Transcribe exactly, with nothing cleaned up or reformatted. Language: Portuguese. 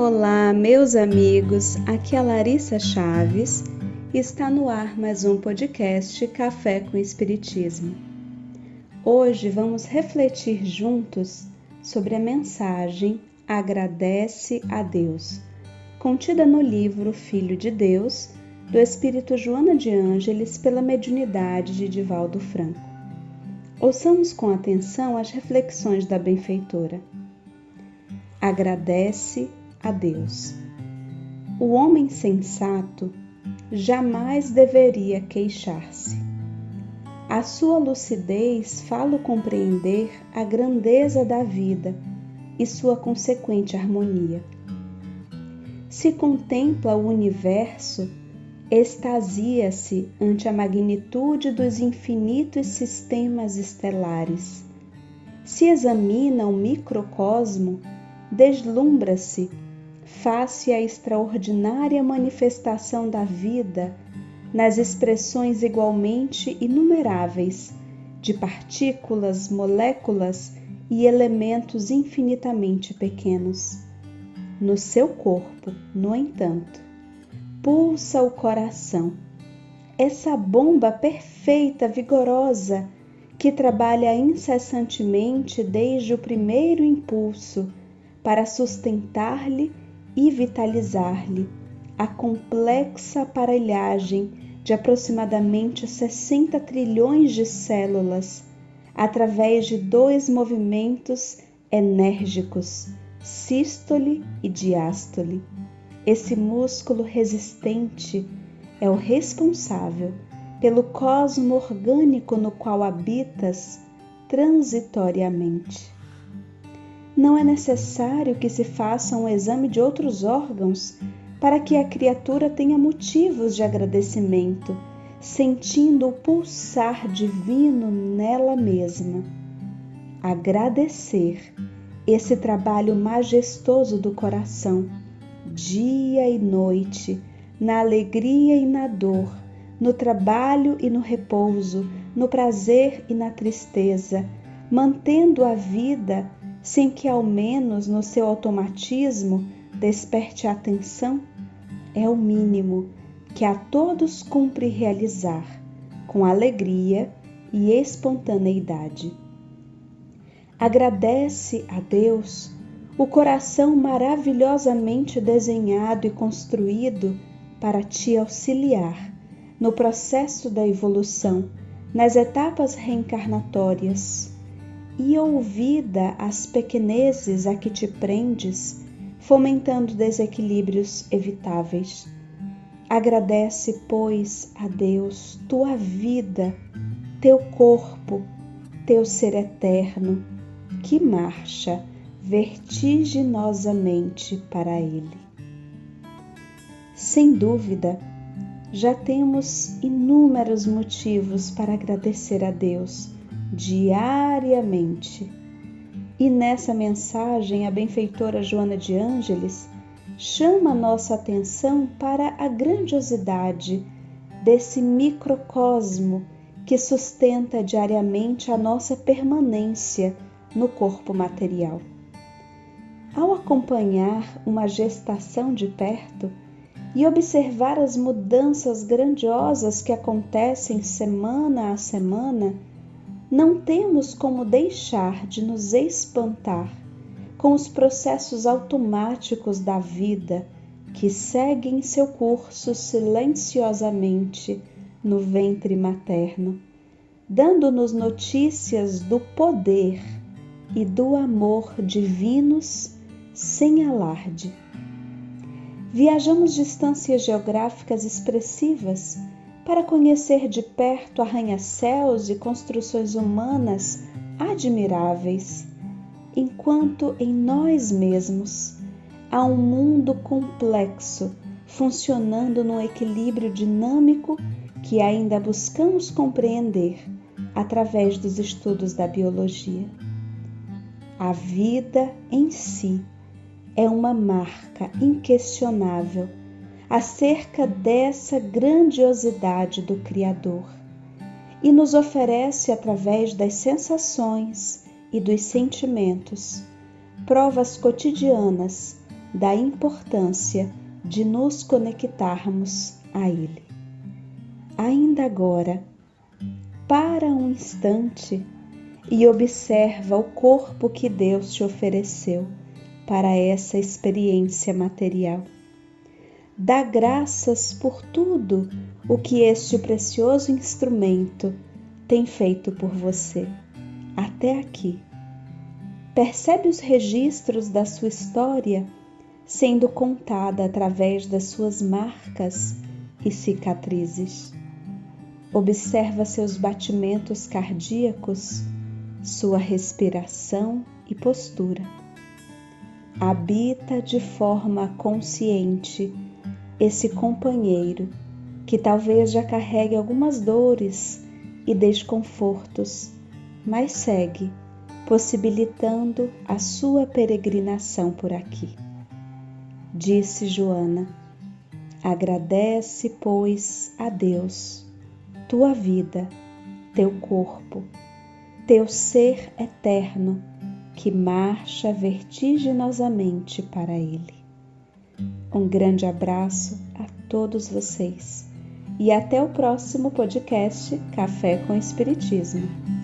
Olá, meus amigos, aqui é a Larissa Chaves e está no ar mais um podcast Café com Espiritismo. Hoje vamos refletir juntos sobre a mensagem Agradece a Deus, contida no livro Filho de Deus, do Espírito Joana de Ângeles, pela mediunidade de Divaldo Franco. Ouçamos com atenção as reflexões da benfeitora. Agradece a Deus. O homem sensato jamais deveria queixar-se. A sua lucidez fala compreender a grandeza da vida e sua consequente harmonia. Se contempla o universo, extasia-se ante a magnitude dos infinitos sistemas estelares. Se examina o microcosmo, deslumbra-se face à extraordinária manifestação da vida nas expressões igualmente inumeráveis de partículas, moléculas e elementos infinitamente pequenos. No seu corpo, no entanto, pulsa o coração, essa bomba perfeita, vigorosa, que trabalha incessantemente desde o primeiro impulso para sustentar-lhe e vitalizar-lhe a complexa aparelhagem de aproximadamente sessenta trilhões de células, através de dois movimentos enérgicos, sístole e diástole. Esse músculo resistente é o responsável pelo cosmo orgânico no qual habitas transitoriamente. Não é necessário que se faça um exame de outros órgãos para que a criatura tenha motivos de agradecimento, sentindo o pulsar divino nela mesma. Agradecer esse trabalho majestoso do coração, dia e noite, na alegria e na dor, no trabalho e no repouso, no prazer e na tristeza, mantendo a vida sem que ao menos no seu automatismo desperte a atenção, é o mínimo que a todos cumpre realizar, com alegria e espontaneidade. Agradece a Deus o coração maravilhosamente desenhado e construído para te auxiliar no processo da evolução, nas etapas reencarnatórias, e ouvida as pequenezes a que te prendes, fomentando desequilíbrios evitáveis. Agradece, pois, a Deus tua vida, teu corpo, teu ser eterno, que marcha vertiginosamente para Ele. Sem dúvida, já temos inúmeros motivos para agradecer a Deus diariamente. E nessa mensagem, a benfeitora Joana de Ângeles chama a nossa atenção para a grandiosidade desse microcosmo que sustenta diariamente a nossa permanência no corpo material. Ao acompanhar uma gestação de perto e observar as mudanças grandiosas que acontecem semana a semana, não temos como deixar de nos espantar com os processos automáticos da vida que seguem seu curso silenciosamente no ventre materno, dando-nos notícias do poder e do amor divinos sem alarde. Viajamos distâncias geográficas expressivas para conhecer de perto arranha-céus e construções humanas admiráveis, enquanto em nós mesmos há um mundo complexo funcionando num equilíbrio dinâmico que ainda buscamos compreender através dos estudos da biologia. A vida em si é uma marca inquestionável acerca dessa grandiosidade do Criador e nos oferece, através das sensações e dos sentimentos, provas cotidianas da importância de nos conectarmos a Ele. Ainda agora, para um instante e observa o corpo que Deus te ofereceu para essa experiência material. Dá graças por tudo o que este precioso instrumento tem feito por você até aqui. Percebe os registros da sua história sendo contada através das suas marcas e cicatrizes. Observa seus batimentos cardíacos, sua respiração e postura. Habita de forma consciente esse companheiro que talvez já carregue algumas dores e desconfortos, mas segue, possibilitando a sua peregrinação por aqui. Disse Joana: agradece, pois, a Deus, tua vida, teu corpo, teu ser eterno, que marcha vertiginosamente para Ele. Um grande abraço a todos vocês e até o próximo podcast Café com Espiritismo.